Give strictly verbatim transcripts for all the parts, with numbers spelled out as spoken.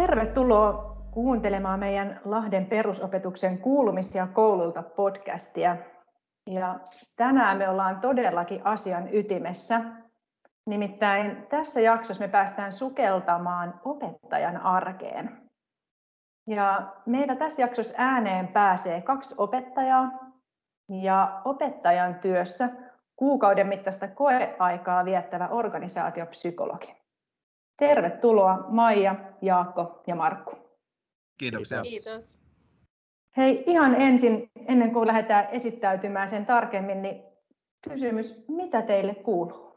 Tervetuloa kuuntelemaan meidän Lahden perusopetuksen Kuulumisia koululta podcastia. Ja tänään me ollaan todellakin asian ytimessä. Nimittäin tässä jaksossa me päästään sukeltamaan opettajan arkeen. Ja meillä tässä jaksossa ääneen pääsee kaksi opettajaa ja opettajan työssä kuukauden mittaista koeaikaa viettävä organisaatiopsykologi. Tervetuloa Maija, Jaakko ja Markku. Kiitoksia. Kiitos. Hei, ihan ensin, ennen kuin lähdetään esittäytymään sen tarkemmin, niin kysymys, mitä teille kuuluu?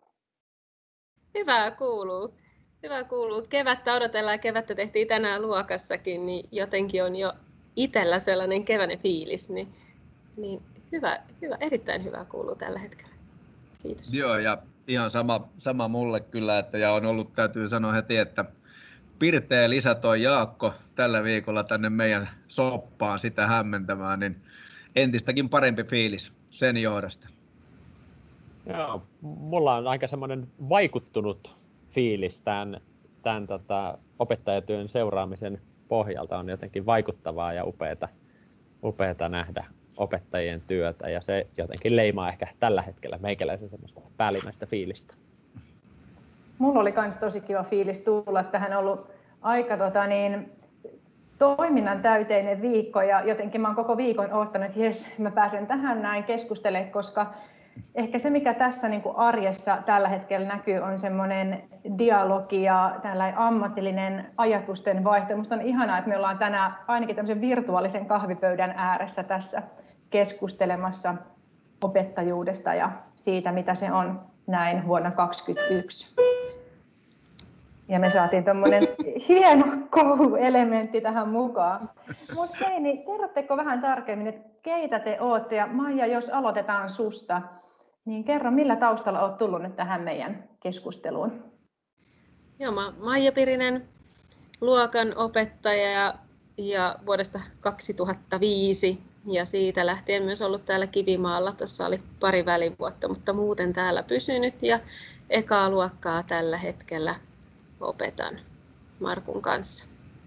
Hyvää kuuluu. Hyvää kuuluu. Kevättä odotellaan ja kevättä tehtiin tänään luokassakin, niin jotenkin on jo itsellä sellainen keväinen fiilis. Niin, niin hyvä, hyvä, erittäin hyvää kuuluu tällä hetkellä. Kiitos. Joo, ja ihan sama, sama mulle kyllä, että ja on ollut, täytyy sanoa heti, että pirteä lisä toi Jaakko tällä viikolla tänne meidän soppaan sitä hämmentämään, niin entistäkin parempi fiilis sen johdosta. Joo, mulla on aika semmoinen vaikuttunut fiilis tämän, tämän tota, opettajatyön seuraamisen pohjalta. On jotenkin vaikuttavaa ja upeata, upeata nähdä opettajien työtä, ja se jotenkin leimaa ehkä tällä hetkellä meikäläisen semmoista päällimmäistä fiilistä. Mulla oli myös tosi kiva fiilis tulla tähän, ollut aika tota, niin, toiminnan täyteinen viikko, ja jotenkin mä oon koko viikon odottanut, että jes, mä pääsen tähän näin keskustelemaan, koska ehkä se, mikä tässä niin kuin arjessa tällä hetkellä näkyy, on semmoinen dialogi ja tällainen ammatillinen ajatusten vaihto. Musta on ihanaa, että me ollaan tänään ainakin tämmöisen virtuaalisen kahvipöydän ääressä tässä keskustelemassa opettajuudesta ja siitä, mitä se on näin vuonna kaksituhattakaksikymmentäyksi. Ja me saatiin tuommoinen hieno kouluelementti tähän mukaan. Mutta hei, niin kerrotteko vähän tarkemmin, että keitä te olette? Ja Maija, jos aloitetaan susta, niin kerro, millä taustalla olet tullut nyt tähän meidän keskusteluun? Joo, mä Maija Pirinen, luokan opettaja ja, ja vuodesta kaksituhattaviisi. Ja siitä lähtien myös ollut täällä Kivimaalla. Tuossa oli pari välivuotta, mutta muuten täällä pysynyt ja ekaa luokkaa tällä hetkellä opetan Markun kanssa.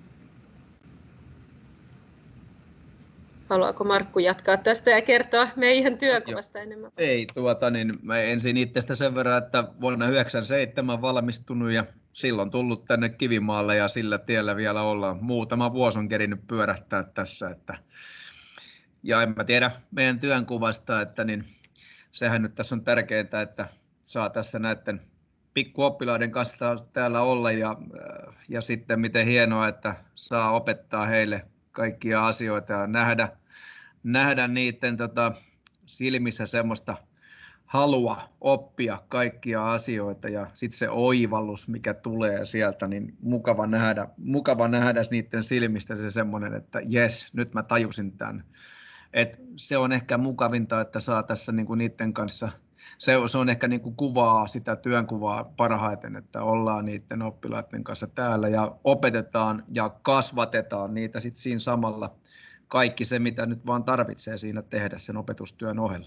Haluaako Markku jatkaa tästä ja kertoa meidän työkuvasta enemmän? Ei, tuota, niin mä ensin itsestä sen verran, että vuonna yhdeksänkymmentäseitsemän valmistunut ja silloin tullut tänne Kivimaalle ja sillä tiellä vielä ollaan. Muutama vuosi on kerinyt pyörähtää tässä. Että ja en mä tiedä meidän työnkuvasta, että niin sehän nyt tässä on tärkeintä, että saa tässä näiden pikkuoppilaiden kanssa täällä olla ja, ja sitten miten hienoa, että saa opettaa heille kaikkia asioita ja nähdä, nähdä niiden tota, silmissä semmoista halua oppia kaikkia asioita ja sitten se oivallus, mikä tulee sieltä, niin mukava nähdä, mukava nähdä niiden silmistä se semmoinen, että jes, nyt mä tajusin tämän. Et se on ehkä mukavinta, että saa tässä niinku niiden kanssa, se, se on ehkä niinku kuvaa sitä työnkuvaa parhaiten, että ollaan niiden oppilaiden kanssa täällä ja opetetaan ja kasvatetaan niitä sitten siinä samalla kaikki se, mitä nyt vaan tarvitsee siinä tehdä sen opetustyön ohella.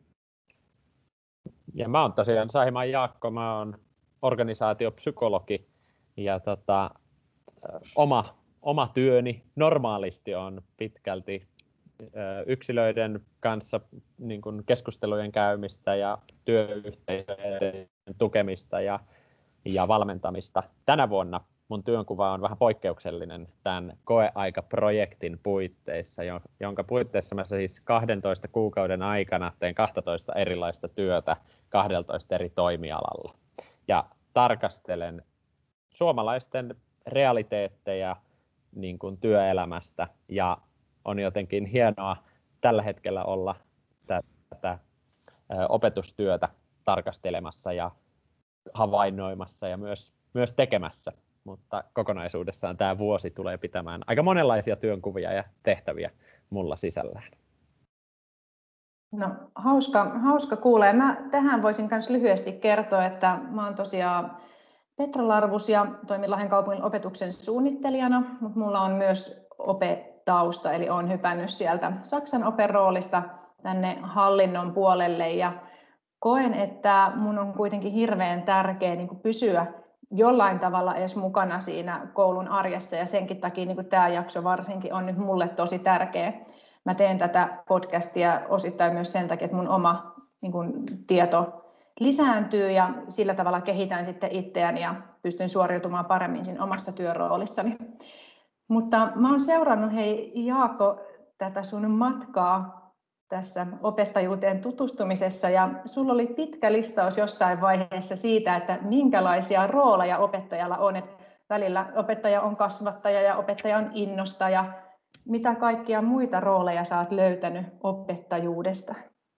Ja mä oon tosiaan Saimaan Jaakko, mä oon organisaatiopsykologi ja tota, oma, oma työni normaalisti on pitkälti yksilöiden kanssa niin kuin keskustelujen käymistä ja työyhteisöjen tukemista ja, ja valmentamista. Tänä vuonna mun työnkuva on vähän poikkeuksellinen tämän koeaikaprojektin puitteissa, jonka puitteissa mä siis kahdentoista kuukauden aikana teen kaksitoista erilaista työtä kahdeltoista eri toimialalla. Ja tarkastelen suomalaisten realiteetteja niin kuin työelämästä ja on jotenkin hienoa tällä hetkellä olla tätä opetustyötä tarkastelemassa ja havainnoimassa ja myös, myös tekemässä. Mutta kokonaisuudessaan tämä vuosi tulee pitämään aika monenlaisia työnkuvia ja tehtäviä mulla sisällään. No, hauska, hauska kuulla. Mä tähän voisin myös lyhyesti kertoa, että mä oon tosiaan Petra Larvus ja toimin Lahden kaupungin opetuksen suunnittelijana, mutta mulla on myös opetausta, eli olen hypännyt sieltä Saksan open roolista tänne hallinnon puolelle ja koen, että mun on kuitenkin hirveän tärkeää niin kuin pysyä jollain tavalla edes mukana siinä koulun arjessa, ja senkin takia niin kuin tämä jakso varsinkin on nyt mulle tosi tärkeä. Mä teen tätä podcastia osittain myös sen takia, että mun oma niin kuin, tieto lisääntyy ja sillä tavalla kehitän sitten itseäni ja pystyn suoriutumaan paremmin siinä omassa työroolissani. Mutta mä oon seurannut, hei Jaakko, tätä sun matkaa tässä opettajuuteen tutustumisessa, ja sulla oli pitkä listaus jossain vaiheessa siitä, että minkälaisia rooleja opettajalla on, että välillä opettaja on kasvattaja ja opettaja on innostaja. Mitä kaikkia muita rooleja sä oot löytänyt opettajuudesta?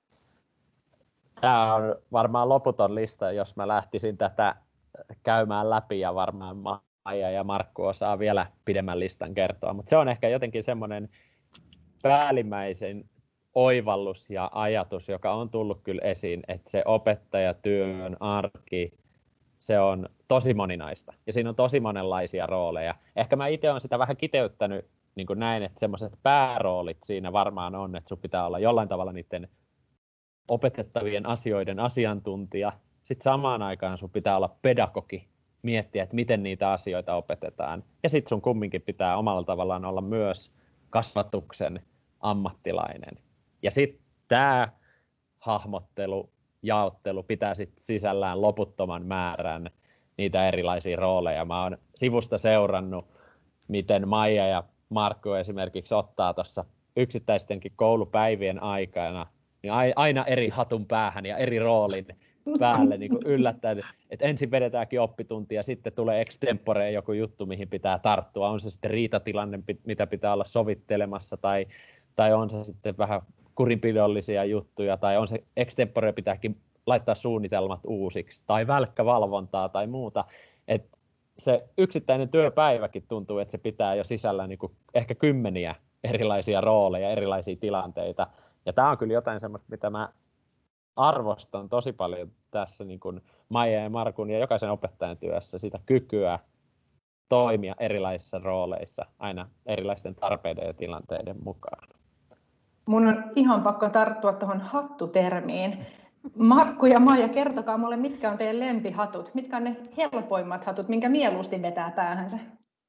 Tämä on varmaan loputon lista, jos mä lähtisin tätä käymään läpi, ja varmaan Maija ja Markku osaa vielä pidemmän listan kertoa, mutta se on ehkä jotenkin semmoinen päällimmäisen oivallus ja ajatus, joka on tullut kyllä esiin, että se opettajatyön arki, se on tosi moninaista ja siinä on tosi monenlaisia rooleja. Ehkä mä itse olen sitä vähän kiteyttänyt niin kuin näin, että semmoiset pääroolit siinä varmaan on, että sun pitää olla jollain tavalla niiden opetettavien asioiden asiantuntija. Sitten samaan aikaan sun pitää olla pedagogi, miettiä, että miten niitä asioita opetetaan. Ja sitten sun kumminkin pitää omalla tavallaan olla myös kasvatuksen ammattilainen. Ja sitten tämä hahmottelu, jaottelu pitää sitten sisällään loputtoman määrän niitä erilaisia rooleja. Mä oon sivusta seurannut, miten Maija ja Markku esimerkiksi ottaa tuossa yksittäistenkin koulupäivien aikana niin aina eri hatun päähän ja eri roolin päälle niin kuin yllättäen. Että ensin vedetäänkin oppitunti ja sitten tulee extemporeen joku juttu, mihin pitää tarttua. On se sitten riitatilanne, mitä pitää olla sovittelemassa, tai, tai on se sitten vähän kurinpidollisia juttuja, tai on se extempore pitääkin laittaa suunnitelmat uusiksi, tai välkkävalvontaa tai muuta. Et se yksittäinen työpäiväkin tuntuu, että se pitää jo sisällä niin kuin ehkä kymmeniä erilaisia rooleja, erilaisia tilanteita. Ja tämä on kyllä jotain semmoista, mitä mä arvostan tosi paljon tässä niin kuin Maija ja Markun ja jokaisen opettajan työssä, sitä kykyä toimia erilaisissa rooleissa aina erilaisten tarpeiden ja tilanteiden mukaan. Mun on ihan pakko tarttua tuohon hattutermiin. Markku ja Maija, kertokaa mulle, mitkä on teidän lempihatut? Mitkä on ne helpoimmat hatut, minkä mieluusti vetää päähänsä?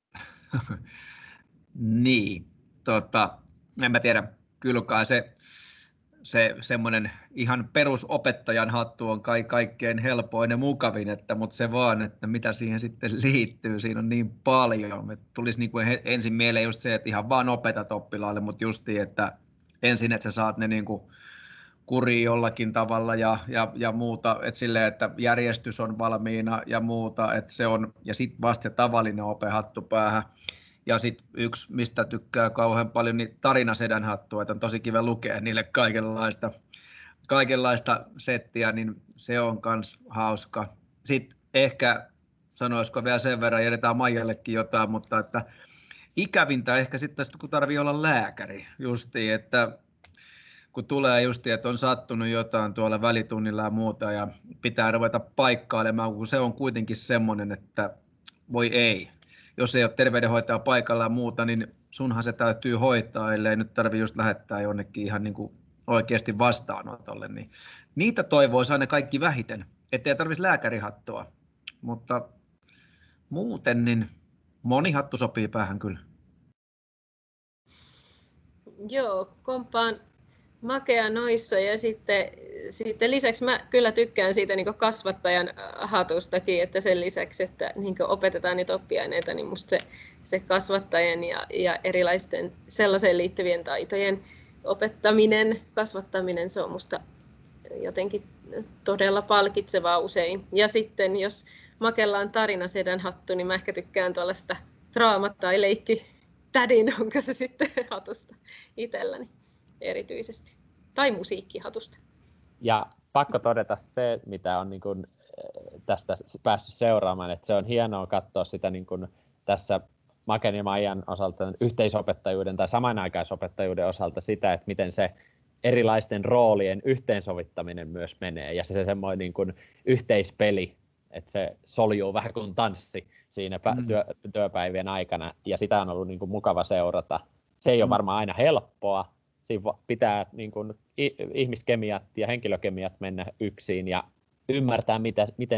Niin, tota, en mä tiedä, kyllä se, se semmoinen ihan perusopettajan hattu on kai kaikkein helpoin ja mukavin, että, mutta se vaan, että mitä siihen sitten liittyy, siinä on niin paljon. Et tulisi niin kuin ensin mieleen just se, että ihan vaan opetat oppilaalle, mutta justiin, että ensin, että sä saat ne niin kuin kuriin jollakin tavalla ja, ja, ja muuta, että silleen, että järjestys on valmiina ja muuta, että se on, ja sitten vasta se tavallinen opehattu päähän. Ja sitten yksi, mistä tykkää kauhean paljon, niin tarinasedän hattua, että on tosi kiva lukea niille kaikenlaista, kaikenlaista settiä, niin se on myös hauska. Sitten ehkä, sanoisiko vielä sen verran, jätetään Maijallekin jotain, mutta että ikävintä ehkä sitten, kun tarvii olla lääkäri, justiin, että kun tulee justiin, että on sattunut jotain tuolla välitunnilla ja muuta ja pitää ruveta paikkailemaan, kun se on kuitenkin semmoinen, että voi ei. Jos ei ole terveydenhoitaja paikalla ja muuta, niin sunhan se täytyy hoitaa, ellei nyt tarvitse just lähettää jonnekin ihan niin kuin oikeasti vastaanotolle. Niin niitä toivoisi aina kaikki vähiten, ettei tarvitsisi lääkärihattua. Mutta muuten niin moni hattu sopii päähän kyllä. Joo, kompaan makea noissa, ja sitten, sitten lisäksi mä kyllä tykkään siitä niin kuin kasvattajan hatustakin, että sen lisäksi, että niin kuin opetetaan niitä oppiaineita, niin musta se, se kasvattajan ja, ja erilaisten sellaiseen liittyvien taitojen opettaminen, kasvattaminen, se on musta jotenkin todella palkitsevaa usein. Ja sitten jos makellaan tarinasedän hattu, niin mä ehkä tykkään tuollaista draama- tai leikki tädin, onko se sitten hatusta itselläni erityisesti, tai musiikkihatusta. Ja pakko todeta se, mitä on niin kuin tästä päässyt seuraamaan, että se on hienoa katsoa sitä niin kuin tässä Maken ja Maijan osalta yhteisopettajuuden tai samanaikaisopettajuuden osalta sitä, että miten se erilaisten roolien yhteensovittaminen myös menee, ja se, se semmoinen niin kuin yhteispeli, että se soljuu vähän kuin tanssi siinä työ, työpäivien aikana, ja sitä on ollut niin kuin mukava seurata. Se ei ole varmaan aina helppoa, siinä pitää niin kuin ihmiskemiat ja henkilökemiat mennä yksin ja ymmärtää, mitä, miten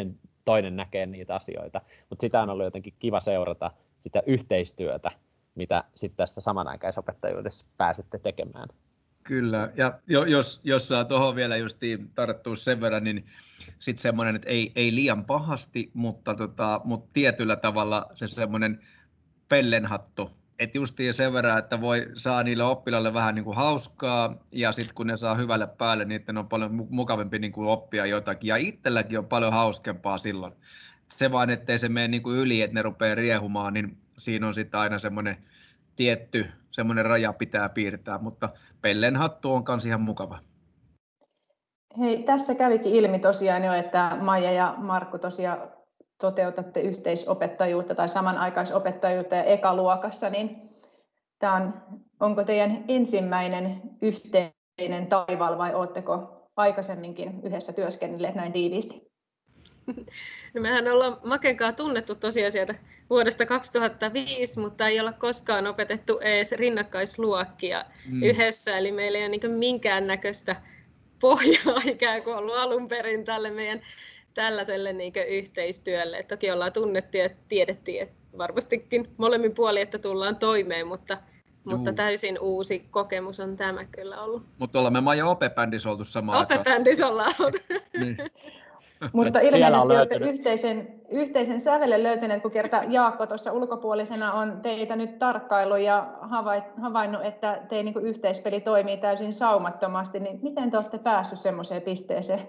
toinen näkee niitä asioita. Mutta sitä on ollut jotenkin kiva seurata sitä yhteistyötä, mitä sitten tässä samanaikaisopettajuudessa pääsette tekemään. Kyllä, ja jos, jos saa tuohon vielä justiin tarttua sen verran, niin sitten semmoinen, että ei, ei liian pahasti, mutta, tota, mutta tietyllä tavalla se semmoinen pellenhattu, että justiin sen verran, että voi saa niille oppilaille vähän niin kuin hauskaa, ja sitten kun ne saa hyvälle päälle, niin on paljon mukavampi niin kuin oppia jotakin, ja itselläkin on paljon hauskempaa silloin. Se vaan, ettei se mene niin kuin yli, että ne rupeaa riehumaan, niin siinä on sitten aina semmoinen tietty semmoinen raja pitää piirtää, mutta pellenhattu on kans ihan mukava. Hei, tässä kävikin ilmi tosiaan jo, että Maija ja Markku tosiaan toteutatte yhteisopettajuutta tai samanaikaisopettajuutta ja ekaluokassa, niin tämä on, onko teidän ensimmäinen yhteinen taival vai oletteko aikaisemminkin yhdessä työskennelleet näin tiiviisti? No mehän ollaan Makenkaan tunnettu tosiaan sieltä vuodesta kaksituhattaviisi, mutta ei olla koskaan opetettu edes rinnakkaisluokkia mm. yhdessä, eli meillä ei ole niin minkäännäköistä pohjaa ikään kuin ollut alun perin tälle meidän tällaiselle niin yhteistyölle. Et toki ollaan tunnettu ja tiedettiin, että varmastikin molemmin puolin, että tullaan toimeen, mutta, mutta täysin uusi kokemus on tämä kyllä ollut. Mutta ollaan me Maija Ope-bändissä oltu samaan aikaan. Ope-bändissä ollaan oltu. Niin. Mutta ilmeisesti olette yhteisen, yhteisen sävelen löytäneet, kun kerta Jaakko tuossa ulkopuolisena on teitä nyt tarkkaillut ja havainnut, että teidän niin yhteispeli toimii täysin saumattomasti, niin miten te olette päässyt semmoiseen pisteeseen?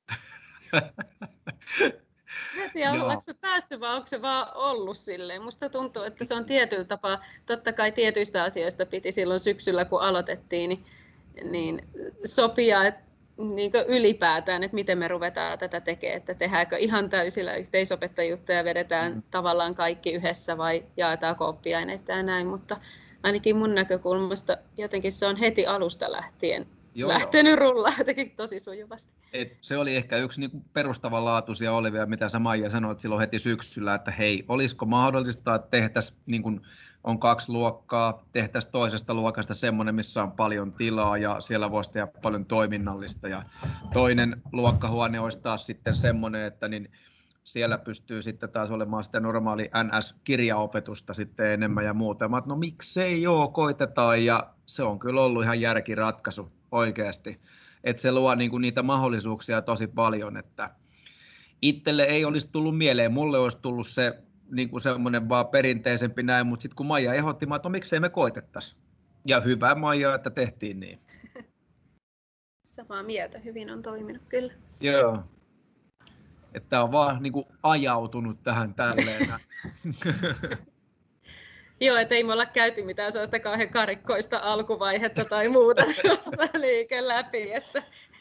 En tiedä, ollaanko me päästy vai onko se vaan ollut silleen. Musta tuntuu, että se on tietyllä tapaa, totta kai tietyistä asioista piti silloin syksyllä, kun aloitettiin, niin, niin sopia, että niin ylipäätään, että miten me ruvetaan tätä tekemään, että tehdäänkö ihan täysillä yhteisopettajuutta ja vedetään mm. tavallaan kaikki yhdessä vai jaetaanko oppiaineita ja näin, mutta ainakin mun näkökulmasta jotenkin se on heti alusta lähtien Joo, lähtenyt jo. rullaa jotenkin tosi sujuvasti. Et se oli ehkä yksi niinku perustavanlaatuisia olevia, mitä sä Maija sanoit silloin heti syksyllä, että hei, olisiko mahdollista, että tehtäisiin, niin kun on kaksi luokkaa, tehtäisiin toisesta luokasta semmoinen, missä on paljon tilaa ja siellä voisi tehdä paljon toiminnallista. Ja toinen luokkahuone olisi taas sitten semmoinen, että niin siellä pystyy sitten taas olemaan sitä normaali N S-kirjaopetusta sitten enemmän ja muuta. Mä, no miksei joo, koitetaan ja se on kyllä ollut ihan järkiratkaisu oikeasti. Että se luo niinku niitä mahdollisuuksia tosi paljon, että itselle ei olisi tullut mieleen, mulle olisi tullut se niinku semmoinen vaan perinteisempi näin, mutta sitten kun Maija ehdotti, mä, että no, miksei me koitettaisi. Ja hyvä Maija, että tehtiin niin. Samaa mieltä, hyvin on toiminut kyllä. Joo. Että on vaan niin kuin ajautunut tähän tälleen. Joo, että ei me olla käyty mitään sellaista kauhean karikkoista alkuvaihetta tai muuta tuossa liike läpi. Että...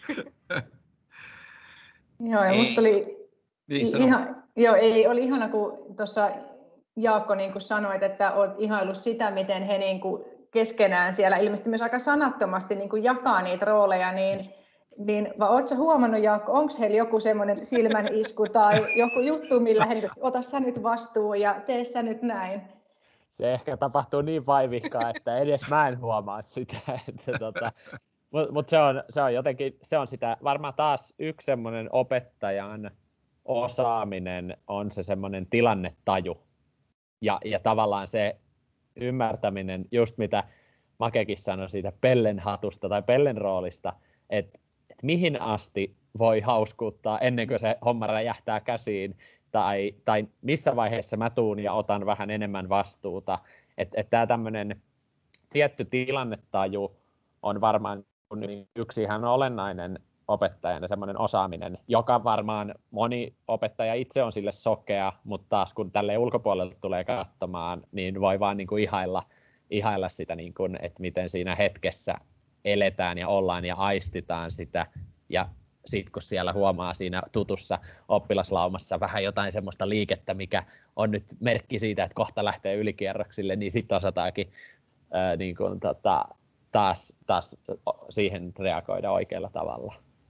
Joo, ja musta oli, niin, ihan, joo, ei, oli ihana, kun tuossa Jaakko niin kuin sanoit, että olet ihaillut sitä, miten he niin kuin keskenään siellä ilmeisesti myös aika sanattomasti niin kuin jakaa niitä rooleja, niin Niin, vai oletko huomannut, Jaakko, onko heillä joku semmoinen silmänisku tai joku juttu, millä he ota sä nyt vastuu ja tee sä nyt näin? Se ehkä tapahtuu niin vaivihkaa, että edes mä en huomaa sitä. Tota, Mutta mut se, on, se on jotenkin, se on sitä, varmaan taas yksi semmoinen opettajan osaaminen on se semmoinen tilannetaju. Ja, ja tavallaan se ymmärtäminen, just mitä Makekin sanoi siitä pellenhatusta tai pellenroolista, että et mihin asti voi hauskuuttaa ennen kuin se homma räjähtää käsiin, tai, tai missä vaiheessa mä tuun ja otan vähän enemmän vastuuta. Että et tämä tämmöinen tietty tilannetaju on varmaan yksi ihan olennainen opettajan semmoinen osaaminen, joka varmaan moni opettaja itse on sille sokea, mutta taas kun tälle ulkopuolelle tulee katsomaan, niin voi vaan niin kuin ihailla, ihailla sitä, niin kuin, että miten siinä hetkessä eletään ja ollaan ja aistitaan sitä, ja sitten kun siellä huomaa siinä tutussa oppilaslaumassa vähän jotain semmoista liikettä, mikä on nyt merkki siitä, että kohta lähtee ylikierroksille, niin sitten osataankin ää, niin kun, tota, taas, taas siihen reagoida oikealla tavalla.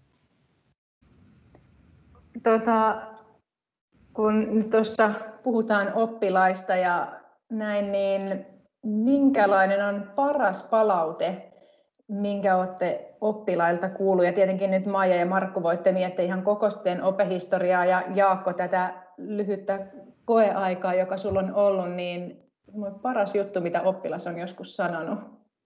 Tota, kun nyt tuossa puhutaan oppilaista ja näin, niin minkälainen on paras palaute, minkä olette oppilailta kuullut. Ja tietenkin nyt Maija ja Markku voitte miettiä ihan koko sitten opehistoriaa ja Jaakko tätä lyhyttä koeaikaa, joka sulla on ollut, niin paras juttu, mitä oppilas on joskus sanonut.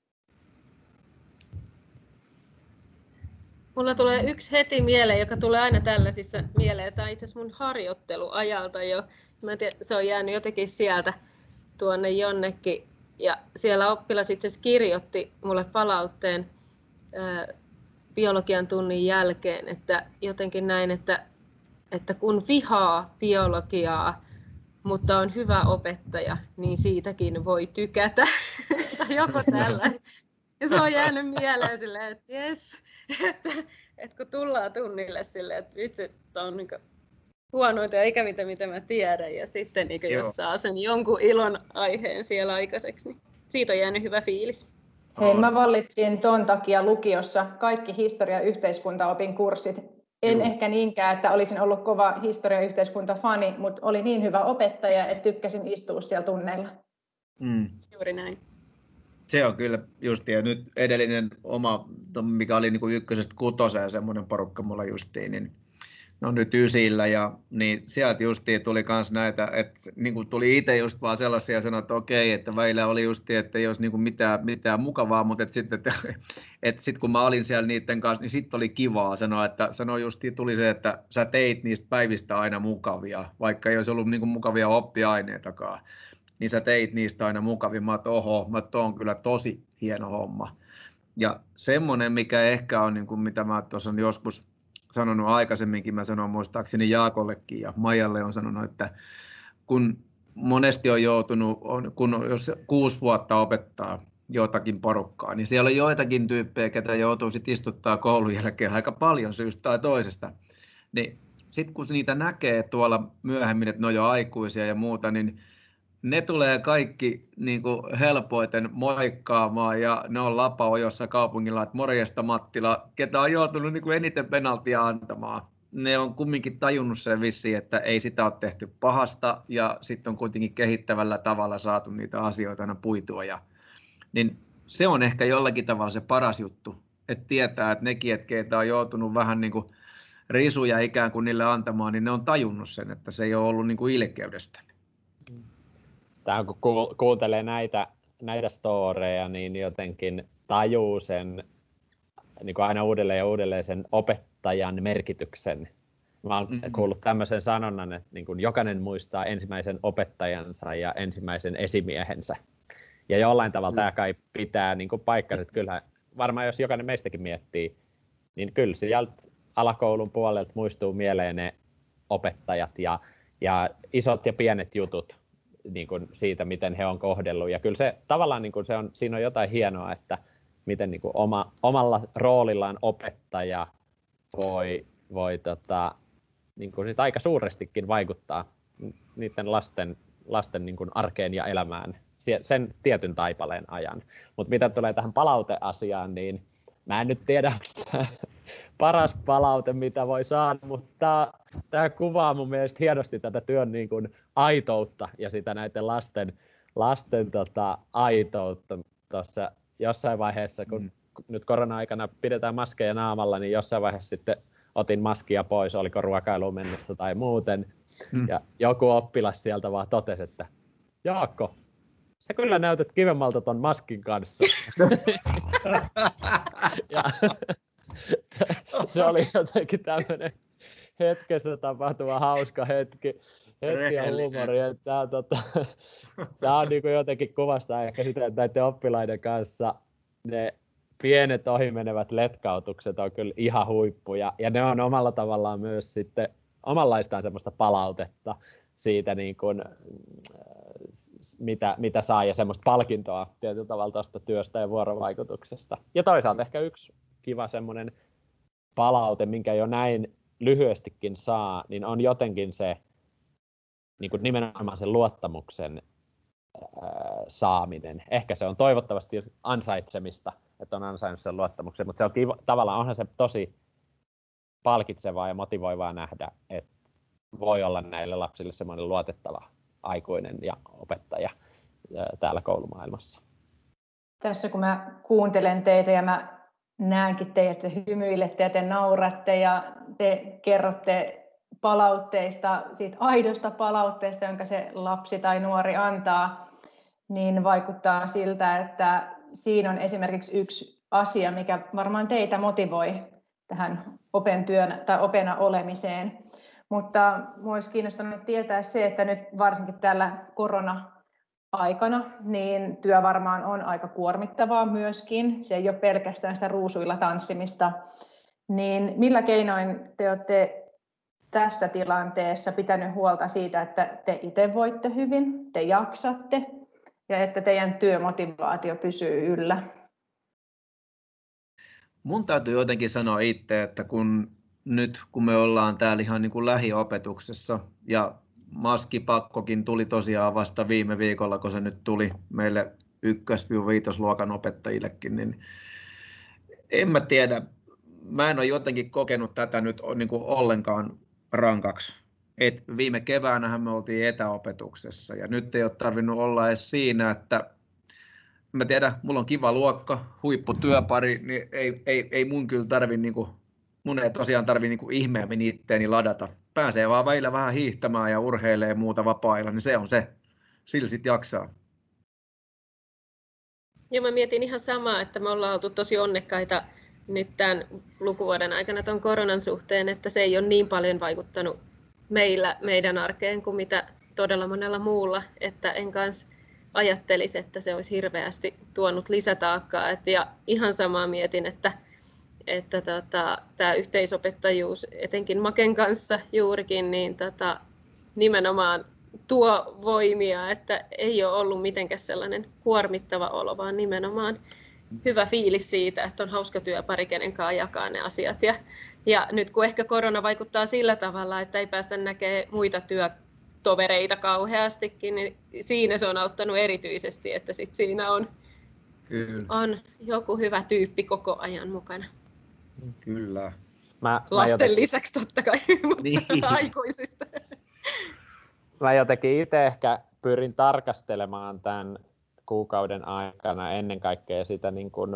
Mulla tulee yksi heti mieleen, joka tulee aina tällaisissa mieleen. Tämä on itse asiassa mun harjoitteluajalta jo. Mä en tiedä, se on jäänyt jotenkin sieltä tuonne jonnekin. Ja siellä oppilas itse asiassa kirjoitti mulle palautteen ää, biologian tunnin jälkeen, että jotenkin näin, että, että kun vihaa biologiaa, mutta on hyvä opettaja, niin siitäkin voi tykätä. Tai joku tällainen. Ja se on jäänyt mieleen silleen, että jes, että, että kun tullaan tunnille silleen, että vitsi, että on niin huonoita ja ikävitä, mitä mä tiedän, ja sitten niin jos saa sen jonkun ilon aiheen siellä aikaiseksi, niin siitä on jäänyt hyvä fiilis. Hei, mä valitsin ton takia lukiossa kaikki historia- ja yhteiskuntaopin kurssit. En Joo. ehkä niinkään, että olisin ollut kova historia- ja yhteiskuntafani, mutta oli niin hyvä opettaja, että tykkäsin istua siellä tunneilla. Mm. Juuri näin. Se on kyllä justiin, ja nyt edellinen oma, mikä oli niin kuin ykkösestä kutoseen semmoinen porukka mulla justiin, niin no nyt ysillä, ja niin sieltä justiin tuli kans näitä, että niin kuin tuli itse just vaan sellaisia sanoa, että okei, että välillä oli justiin, että ei olisi niin kuin mitään, mitään mukavaa, mutta että sitten, että, että sit kun mä olin siellä niiden kanssa, niin sitten oli kivaa sanoa, että sanoi justiin tuli se, että sä teit niistä päivistä aina mukavia, vaikka ei olisi ollut niin kuin mukavia oppiaineitakaan. Niin sä teit niistä aina mukavia. Mä oon, oho, mä tuo on kyllä tosi hieno homma. Ja semmoinen, mikä ehkä on, niin kuin mitä mä tuossa on joskus sanonut aikaisemminkin, mä sanon muistaakseni Jaakollekin ja Maijalle on sanonut, että kun monesti on joutunut, on, kun jos kuusi vuotta opettaa jotakin porukkaa, niin siellä on joitakin tyyppejä, ketä joutuu sit istuttaa koulun jälkeen aika paljon syystä tai toisesta. Niin sitten kun niitä näkee tuolla myöhemmin, että ne on jo aikuisia ja muuta, niin ne tulee kaikki niin kuin helpoiten moikkaamaan ja ne on lapaojossa kaupungilla, että morjesta Mattila, ketä on joutunut niin kuin eniten penaltia antamaan. Ne on kumminkin tajunnut sen vissiin, että ei sitä ole tehty pahasta ja sitten on kuitenkin kehittävällä tavalla saatu niitä asioita aina puitua. Ja, niin se on ehkä jollakin tavalla se paras juttu, että tietää, että nekin, että keitä on joutunut vähän niin kuin risuja ikään kuin niille antamaan, niin ne on tajunnut sen, että se ei ole ollut niin kuin ilkeydestä. Tämä kun kuuntelee näitä, näitä storeja, niin jotenkin tajuu sen niin kuin aina uudelleen ja uudelleen sen opettajan merkityksen. Mä oon mm-hmm. kuullut tämmöisen sanonnan, että niin kuin jokainen muistaa ensimmäisen opettajansa ja ensimmäisen esimiehensä. Ja jollain tavalla mm. tämä kai pitää niin kuin paikkansa, että kyllä varmaan jos jokainen meistäkin miettii, niin kyllä sieltä alakoulun puolelta muistuu mieleen ne opettajat ja, ja isot ja pienet jutut niin kuin siitä, miten he on kohdellut. Ja kyllä se tavallaan niin kuin se on, siinä on jotain hienoa, että miten niin kuin oma, omalla roolillaan opettaja voi, voi tota, niin kuin sit aika suurestikin vaikuttaa niiden lasten, lasten niin kuin arkeen ja elämään sen tietyn taipaleen ajan. Mutta mitä tulee tähän palauteasiaan, niin mä en nyt tiedä, onko tämä paras palaute, mitä voi saada, mutta tämä kuvaa mun mielestä hienosti tätä työn niin kuin aitoutta ja sitä näiden lasten, lasten tota, aitoutta tuossa jossain vaiheessa, kun mm. nyt korona-aikana pidetään maskeja naamalla, niin jossain vaiheessa sitten otin maskia pois, oliko ruokailuun mennessä tai muuten. Mm. Ja joku oppilas sieltä vaan totesi, että Jaakko, sä kyllä näytät kivemmalta ton maskin kanssa. ja, se oli jotenkin tämmöinen hetkessä tapahtuva hauska hetki, hetki ja huumori. Tämä, tota, tämä on niin kuin jotenkin kuvastaa ehkä sitä, että näiden oppilaiden kanssa ne pienet ohimenevät letkautukset on kyllä ihan huippuja. Ja ne on omalla tavallaan myös sitten omanlaistaan semmoista palautetta siitä, niin kuin, mitä, mitä saa ja semmoista palkintoa tietyllä tavalla tuosta työstä ja vuorovaikutuksesta. Ja toisaalta ehkä yksi kiva semmoinen palaute, minkä jo näin lyhyestikin saa, niin on jotenkin se niin kuin nimenomaan sen luottamuksen ää, saaminen. Ehkä se on toivottavasti ansaitsemista, että on ansainnut sen luottamuksen, mutta se on kiva, tavallaan onhan se tosi palkitsevaa ja motivoivaa nähdä, että voi olla näille lapsille semmoinen luotettava aikuinen ja opettaja ää, täällä koulumaailmassa. Tässä kun mä kuuntelen teitä ja mä näenkin teidät, te hymyilette ja te nauratte ja te kerrotte palautteista, siitä aidosta palautteesta, jonka se lapsi tai nuori antaa, niin vaikuttaa siltä, että siinä on esimerkiksi yksi asia, mikä varmaan teitä motivoi tähän open työn tai opena olemiseen. Mutta minua olisi kiinnostanut tietää se, että nyt varsinkin tällä korona-aikana, niin työ varmaan on aika kuormittavaa myöskin. Se ei ole pelkästään sitä ruusuilla tanssimista. Niin millä keinoin te olette tässä tilanteessa pitänyt huolta siitä, että te itse voitte hyvin, te jaksatte ja että teidän työmotivaatio pysyy yllä? Mun täytyy jotenkin sanoa itse, että kun nyt kun me ollaan täällä ihan niin kuin lähiopetuksessa ja maskipakkokin tuli tosiaan vasta viime viikolla, kun se nyt tuli meille ykkös-viitosluokan opettajillekin, niin en mä tiedä, mä en ole jotenkin kokenut tätä nyt niin kuin ollenkaan rankaksi. Et viime keväänähän me oltiin etäopetuksessa ja nyt ei ole tarvinnut olla edes siinä, että mä tiedän, mulla on kiva luokka, huipputyöpari, niin ei, ei, ei mun kyllä tarvi, niin kuin, mun ei tosiaan tarvi niin kuin ihmeemmin itteeni ladata. Pääsee vaan välillä vähän hiihtämään ja urheilee muuta vapaa-ajalla, niin se on se. Sillä sit jaksaa. Joo, mä mietin ihan samaa, että me ollaan oltu tosi onnekkaita nyt tämän lukuvuoden aikana tuon koronan suhteen, että se ei ole niin paljon vaikuttanut meillä, meidän arkeen kuin mitä todella monella muulla, että en kanssa ajattelisi, että se olisi hirveästi tuonut lisätaakkaa. Et ja ihan samaa mietin, että, että tota, tämä yhteisopettajuus etenkin Maken kanssa juurikin niin tota, nimenomaan tuo voimia, että ei ole ollut mitenkään sellainen kuormittava olo, vaan nimenomaan hyvä fiilis siitä, että on hauska työpari, kenen kanssa jakaa ne asiat. Ja, ja nyt kun ehkä korona vaikuttaa sillä tavalla, että ei päästä näkemään muita työtovereita kauheastikin, niin siinä se on auttanut erityisesti, että sit siinä on, Kyllä. on joku hyvä tyyppi koko ajan mukana. Kyllä. Mä, Lasten mä jotenkin, lisäksi totta kai, mutta Niin. aikuisista. mä jotenkin itse ehkä pyrin tarkastelemaan tämän kuukauden aikana ennen kaikkea sitä niin kuin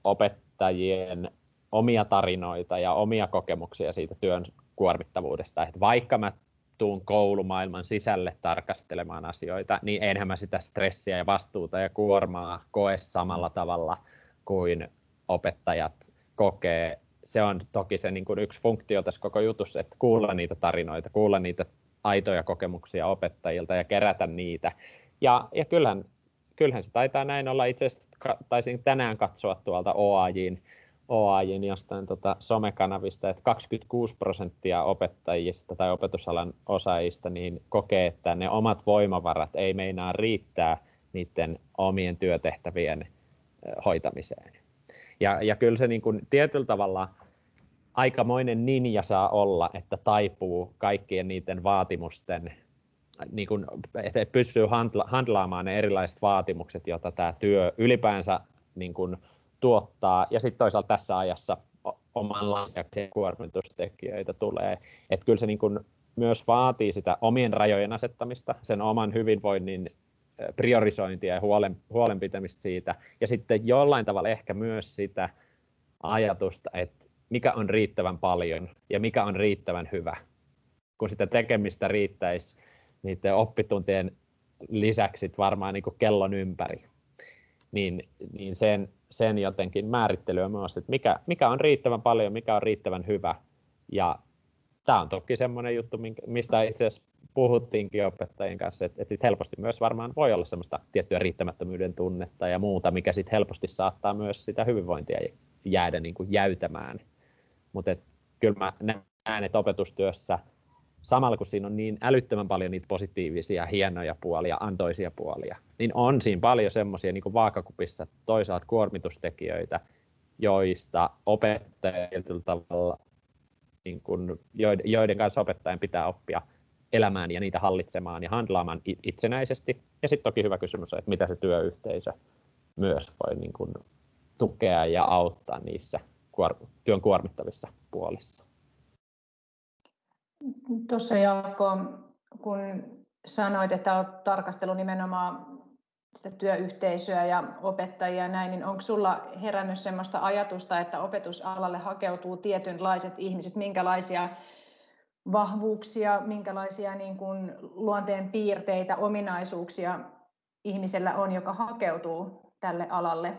opettajien omia tarinoita ja omia kokemuksia siitä työn kuormittavuudesta. Että vaikka mä tuun koulumaailman sisälle tarkastelemaan asioita, niin enhän mä sitä stressiä ja vastuuta ja kuormaa koe samalla tavalla kuin opettajat kokee. Se on toki se niin kuin yksi funktio tässä koko jutussa, että kuulla niitä tarinoita, kuulla niitä aitoja kokemuksia opettajilta ja kerätä niitä. Ja, ja kyllähän, kyllähän se taitaa näin olla. Itse asiassa taisin tänään katsoa tuolta O A J:n, O A J:n jostain tota somekanavista, että kaksikymmentäkuusi prosenttia opettajista tai opetusalan osaajista niin kokee, että ne omat voimavarat ei meinaa riittää niiden omien työtehtävien hoitamiseen. Ja, ja kyllä se niin kuin tietyllä tavalla aikamoinen ninja saa olla, että taipuu kaikkien niiden vaatimusten, niin kuin, että pystyy handla, handlaamaan ne erilaiset vaatimukset, joita tämä työ ylipäänsä niin kuin tuottaa. Ja sitten toisaalta tässä ajassa omanlaisia kuormitustekijöitä tulee. Että kyllä se niin kuin myös vaatii sitä omien rajojen asettamista, sen oman hyvinvoinnin priorisointia ja huolen, huolenpitämistä siitä. Ja sitten jollain tavalla ehkä myös sitä ajatusta, että mikä on riittävän paljon ja mikä on riittävän hyvä. Kun sitä tekemistä riittäisi niiden oppituntien lisäksi varmaan niin kuin kellon ympäri, niin, niin sen, sen jotenkin määrittelyä myös, että mikä, mikä on riittävän paljon, mikä on riittävän hyvä. Ja tämä on toki semmoinen juttu, mistä itse asiassa puhuttiinkin opettajien kanssa, että, että helposti myös varmaan voi olla semmoista tiettyä riittämättömyyden tunnetta ja muuta, mikä sitten helposti saattaa myös sitä hyvinvointia jäädä niin kuin jäytämään. Mutta kyllä mä näen, että opetustyössä samalla kun siinä on niin älyttömän paljon niitä positiivisia, hienoja puolia, antoisia puolia, niin on siinä paljon semmoisia niin kuin vaakakupissa toisaalta kuormitustekijöitä, joista opettajilta tavalla, niin kuin, joiden kanssa opettajan pitää oppia elämään ja niitä hallitsemaan ja handlaamaan itsenäisesti. Ja sitten toki hyvä kysymys on, että mitä se työyhteisö myös voi niin kuin tukea ja auttaa niissä työn kuormittavissa puolissa. Tuossa Jaakko, kun sanoit, että olet tarkastellut nimenomaan sitä työyhteisöä ja opettajia ja näin, niin onko sulla herännyt sellaista ajatusta, että opetusalalle hakeutuu tietynlaiset ihmiset, minkälaisia vahvuuksia, minkälaisia niin kuin luonteen piirteitä, ominaisuuksia ihmisellä on, joka hakeutuu tälle alalle?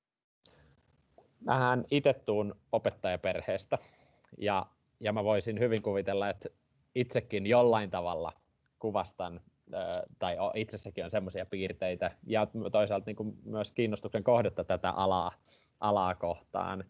Mähän itse tuun opettajaperheestä ja, ja mä voisin hyvin kuvitella, että itsekin jollain tavalla kuvastan tai itsessäkin on semmoisia piirteitä ja toisaalta niin kuin myös kiinnostuksen kohdetta tätä alaa, alaa kohtaan.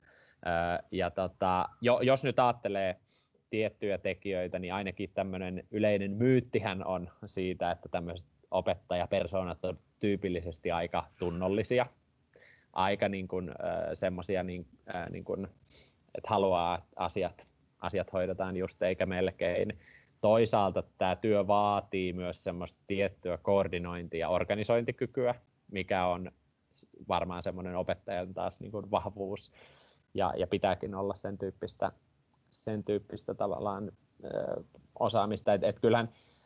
Ja tota, jos nyt ajattelee tiettyjä tekijöitä, niin ainakin tämmöinen yleinen myyttihän on siitä, että tämmöiset opettajapersoonat on tyypillisesti aika tunnollisia, aika niin kuin, semmoisia, niin, niin kuin, että haluaa, että asiat, asiat hoidetaan just eikä melkein. Toisaalta tämä työ vaatii myös semmoista tiettyä koordinointi- ja organisointikykyä, mikä on varmaan semmoinen opettajan taas niin kuin vahvuus ja, ja pitääkin olla sen tyyppistä, sen tyyppistä tavallaan ö, osaamista. Et, et kyllähän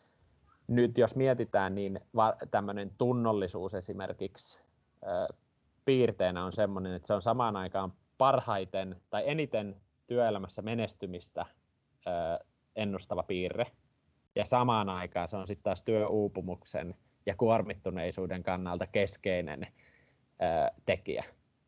nyt jos mietitään, niin va- tämmöinen tunnollisuus esimerkiksi ö, piirteenä on semmoinen, että se on samaan aikaan parhaiten tai eniten työelämässä menestymistä ö, ennustava piirre. Ja samaan aikaan se on sitten taas työuupumuksen ja kuormittuneisuuden kannalta keskeinen ö, tekijä.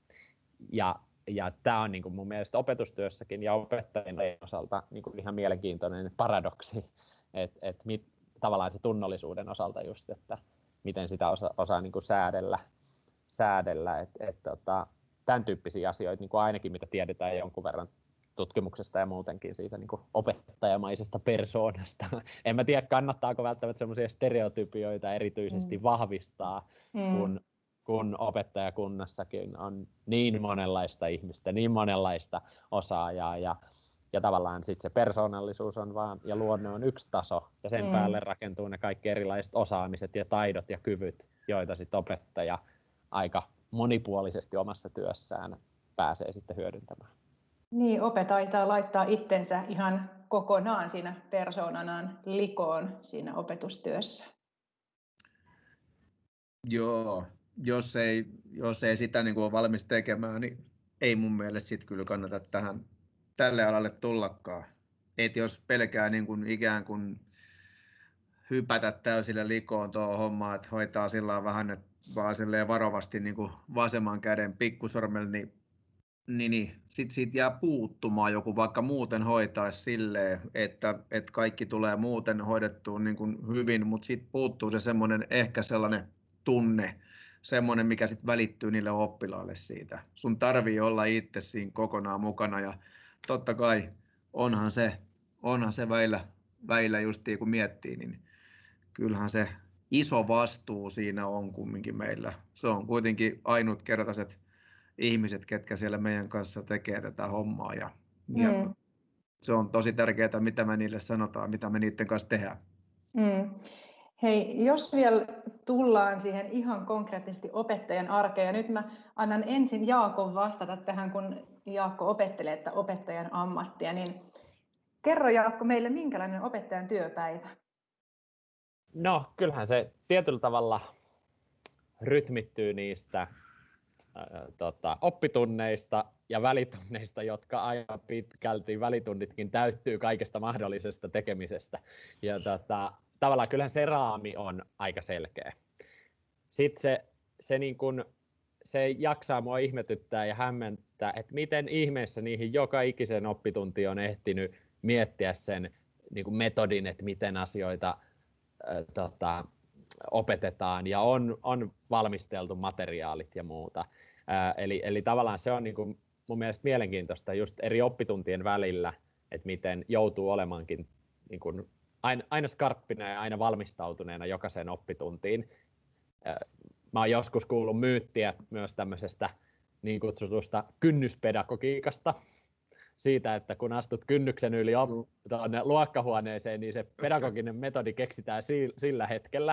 Ja, ja tämä on niin kuin mun mielestä opetustyössäkin ja opettajien osalta niin kuin ihan mielenkiintoinen paradoksi, että et mit, tavallaan se tunnollisuuden osalta just, että miten sitä osa, osaa niin kuin säädellä, säädellä että et, tota, tämän tyyppisiä asioita niin kuin ainakin mitä tiedetään jonkun verran tutkimuksesta ja muutenkin siitä niin kuin opettajamaisesta persoonasta. En mä tiedä, kannattaako välttämättä semmoisia stereotypioita erityisesti mm. vahvistaa, mm. kun, kun opettajakunnassakin on niin monenlaista ihmistä, niin monenlaista osaajaa ja, ja tavallaan sitten se persoonallisuus on vaan, ja luonne on yksi taso ja sen mm. päälle rakentuu ne kaikki erilaiset osaamiset ja taidot ja kyvyt, joita sitten opettaja aika monipuolisesti omassa työssään pääsee sitten hyödyntämään. Niin, ope taitaa laittaa itsensä ihan kokonaan siinä persoonanaan likoon siinä opetustyössä. Joo, jos ei, jos ei sitä niin kuin ole valmis tekemään, niin ei mun mielestä sit kyllä kannata tähän, tälle alalle tullakaan. Et jos pelkää niin kuin ikään kuin hypätä täysillä likoon tuohon hommaan, että hoitaa sillä vähän, että vaan varovasti niin kuin vasemman käden pikkusormella, niin Niin, niin. Sitten siitä jää puuttumaan joku, vaikka muuten hoitaisi silleen, että, että kaikki tulee muuten hoidettua niin kuin hyvin, mutta sitten puuttuu se semmoinen ehkä sellainen tunne, semmoinen, mikä sitten välittyy niille oppilaille siitä. Sun tarvii olla itse siinä kokonaan mukana ja totta kai onhan se, onhan se väillä, väillä justiin kun miettii, niin kyllähän se iso vastuu siinä on kumminkin meillä. Se on kuitenkin ainutkertaiset ihmiset, ketkä siellä meidän kanssa tekee tätä hommaa ja, mm. ja se on tosi tärkeää, mitä me niille sanotaan, mitä me niiden kanssa tehdään. Mm. Hei, jos vielä tullaan siihen ihan konkreettisesti opettajan arkeen, ja nyt mä annan ensin Jaakon vastata tähän, kun Jaakko opettelee että opettajan ammattia, niin kerro Jaakko meille, minkälainen opettajan työpäivä? No, kyllähän se tietyllä tavalla rytmittyy niistä Tota, oppitunneista ja välitunneista, jotka aika pitkälti välitunnitkin täyttyy kaikesta mahdollisesta tekemisestä. Ja tota, tavallaan kyllähän se raami on aika selkeä. Sitten se, se, niin kun, se jaksaa mua ihmetyttää ja hämmentää, että miten ihmeessä niihin joka ikisen oppitunti on ehtinyt miettiä sen niin kun metodin, että miten asioita äh, tota, opetetaan ja on, on valmisteltu materiaalit ja muuta. Ää, eli, eli tavallaan se on niin kuin mun mielestä mielenkiintoista just eri oppituntien välillä, että miten joutuu olemaankin niin kuin aina, aina skarppina ja aina valmistautuneena jokaiseen oppituntiin. Ää, mä oon joskus kuullut myyttiä myös tämmöisestä niin kutsutusta kynnyspedagogiikasta, siitä, että kun astut kynnyksen yli op- tuonne luokkahuoneeseen, niin se pedagoginen metodi keksitään si- sillä hetkellä.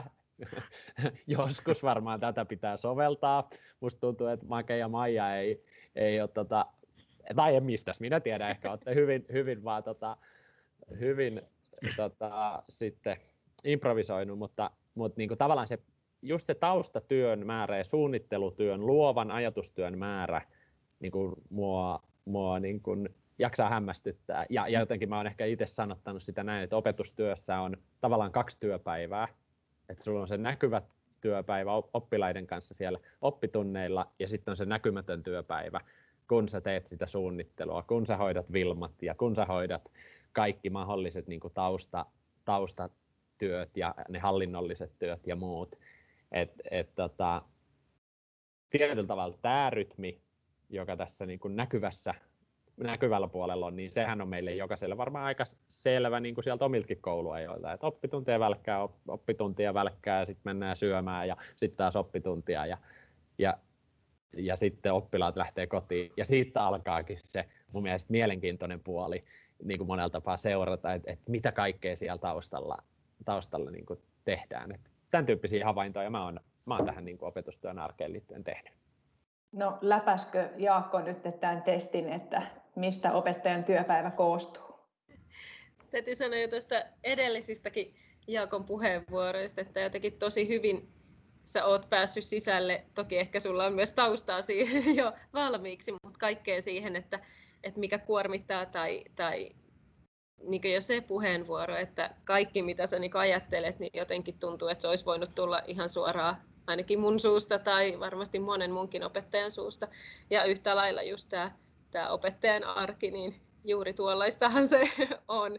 Joskus varmaan tätä pitää soveltaa. Musta tuntuu, että Make ja Maija ei, ei ole, tota, tai en mistäs minä tiedän, ehkä olette hyvin, hyvin, vaan, tota, hyvin tota, sitten improvisoinut, mutta, mutta niin kuin tavallaan se just se taustatyön määrä ja suunnittelutyön, luovan ajatustyön määrä niin kuin mua, mua niin kuin jaksaa hämmästyttää. Ja, ja jotenkin mä oon ehkä itse sanottanut sitä näin, että opetustyössä on tavallaan kaksi työpäivää. Että sulla on se näkyvä työpäivä oppilaiden kanssa siellä oppitunneilla ja sitten on se näkymätön työpäivä, kun sä teet sitä suunnittelua, kun sä hoidat Wilmat ja kun sä hoidat kaikki mahdolliset niin kuin tausta, taustatyöt ja ne hallinnolliset työt ja muut. Et, et, tota, tietyllä tavalla tämä rytmi, joka tässä niin kuin näkyvässä, näkyvällä puolella on, niin sehän on meille jokaiselle varmaan aika selvä niin kuin sieltä omiltakin kouluajoilta, että oppituntia välkkää, oppituntia välkkää ja sitten mennään syömään ja sitten taas oppituntia ja, ja, ja sitten oppilaat lähtee kotiin ja siitä alkaakin se mun mielestä mielenkiintoinen puoli niin kuin monella tapaa seurata, että, että mitä kaikkea siellä taustalla, taustalla niin kuin tehdään. Että tämän tyyppisiä havaintoja mä oon, mä oon tähän niin kuin opetustyön arkeen liittyen tehnyt. No läpäskö Jaakko nyt tämän testin, että mistä opettajan työpäivä koostuu? Täytyy sanoa jo tuosta edellisistäkin Jaakon puheenvuoroista, että jotenkin tosi hyvin sä oot päässyt sisälle. Toki ehkä sulla on myös taustaa siihen jo valmiiksi, mutta kaikkea siihen, että, että mikä kuormittaa tai, tai niin jo se puheenvuoro, että kaikki mitä sä niin ajattelet, niin jotenkin tuntuu, että se olisi voinut tulla ihan suoraan ainakin mun suusta tai varmasti monen munkin opettajan suusta. Ja yhtä lailla just tämä, tämä opettajan arki, niin juuri tuollaistahan se on.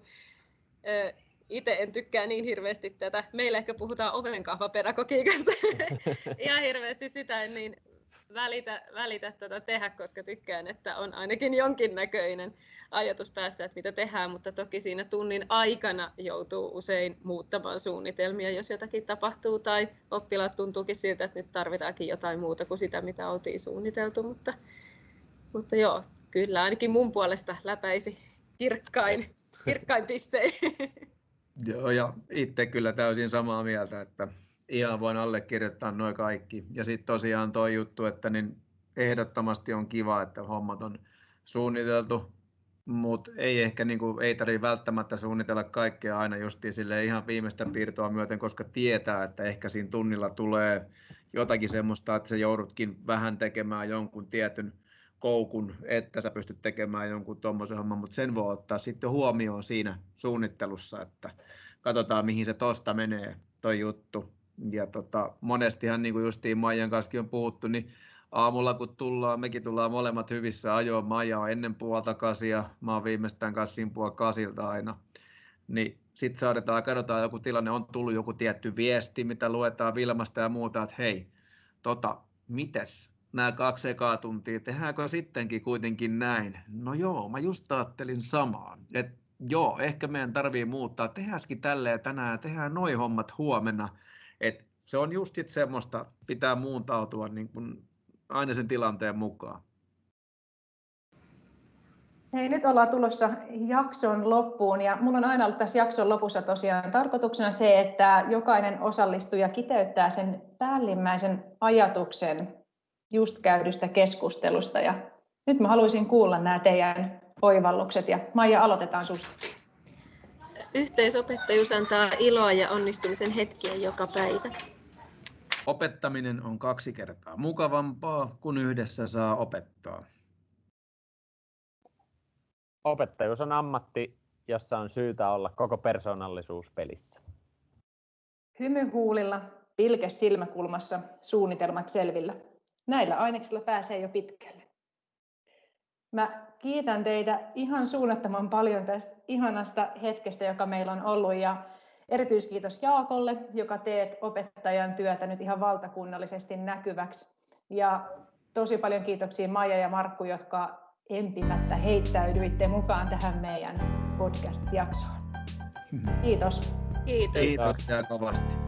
Itse en tykkää niin hirveästi tätä. Meillä ehkä puhutaan ovenkahvapedagogiikasta. Ihan hirveästi sitä en niin välitä, välitä tätä tehdä, koska tykkään, että on ainakin jonkinnäköinen ajatus päässä, että mitä tehdään, mutta toki siinä tunnin aikana joutuu usein muuttamaan suunnitelmia, jos jotakin tapahtuu tai oppilaat tuntuukin siltä, että nyt tarvitaankin jotain muuta kuin sitä, mitä oltiin suunniteltu, mutta, mutta joo, kyllä ainakin mun puolesta läpäisi kirkkain, kirkkain pistein. Joo, ja itse kyllä täysin samaa mieltä, että ihan voin allekirjoittaa noin kaikki. Ja sitten tosiaan tuo juttu, että niin ehdottomasti on kiva, että hommat on suunniteltu, mutta ei ehkä niin kuin, ei tarvitse välttämättä suunnitella kaikkea aina justiin sille ihan viimeistä piirtoa myöten, koska tietää, että ehkä siinä tunnilla tulee jotakin semmoista, että sä joudutkin vähän tekemään jonkun tietyn koukun, että sä pystyt tekemään jonkun tuommoisen homman, mutta sen voi ottaa sitten huomioon siinä suunnittelussa, että katsotaan mihin se tosta menee toi juttu. Ja tota, monestihan niin kuin justiin Maijan kanssa on puhuttu, niin aamulla kun tullaan, mekin tullaan molemmat hyvissä ajoin, Maija on ennen puolta kasia, mä oon viimeistään kanssa siinä puolta kasilta aina, niin sitten saadaan, katsotaan joku tilanne, on tullut joku tietty viesti, mitä luetaan Wilmasta ja muuta, että hei, tota, mites nämä kaksi ekaa tuntia, tehdäänkö sittenkin kuitenkin näin? No joo, mä just ajattelin samaan, että joo, ehkä meidän tarvii muuttaa, tehdäänkin tälleen tänään, tehdään noi hommat huomenna. Et se on just sit semmoista, pitää muuntautua niin kun aina sen tilanteen mukaan. Hei, nyt ollaan tulossa jakson loppuun ja mulla on aina ollut tässä jakson lopussa tosiaan tarkoituksena se, että jokainen osallistuja kiteyttää sen päällimmäisen ajatuksen just käydystä keskustelusta. Ja nyt mä haluaisin kuulla nämä teidän oivallukset ja Maija, aloitetaan susta. Yhteisopettajuus antaa iloa ja onnistumisen hetkiä joka päivä. Opettaminen on kaksi kertaa mukavampaa, kun yhdessä saa opettaa. Opettajuus on ammatti, jossa on syytä olla koko persoonallisuus pelissä. Hymy huulilla, pilke silmäkulmassa, suunnitelmat selvillä. Näillä aineksilla pääsee jo pitkälle. Mä kiitän teitä ihan suunnattoman paljon tästä ihanasta hetkestä, joka meillä on ollut. Ja erityiskiitos Jaakolle, joka teet opettajan työtä nyt ihan valtakunnallisesti näkyväksi. Ja tosi paljon kiitoksia Maija ja Markku, jotka empimättä heittäydyitte mukaan tähän meidän podcast-jaksoon. Kiitos. Kiitos. Kiitoksia kovasti.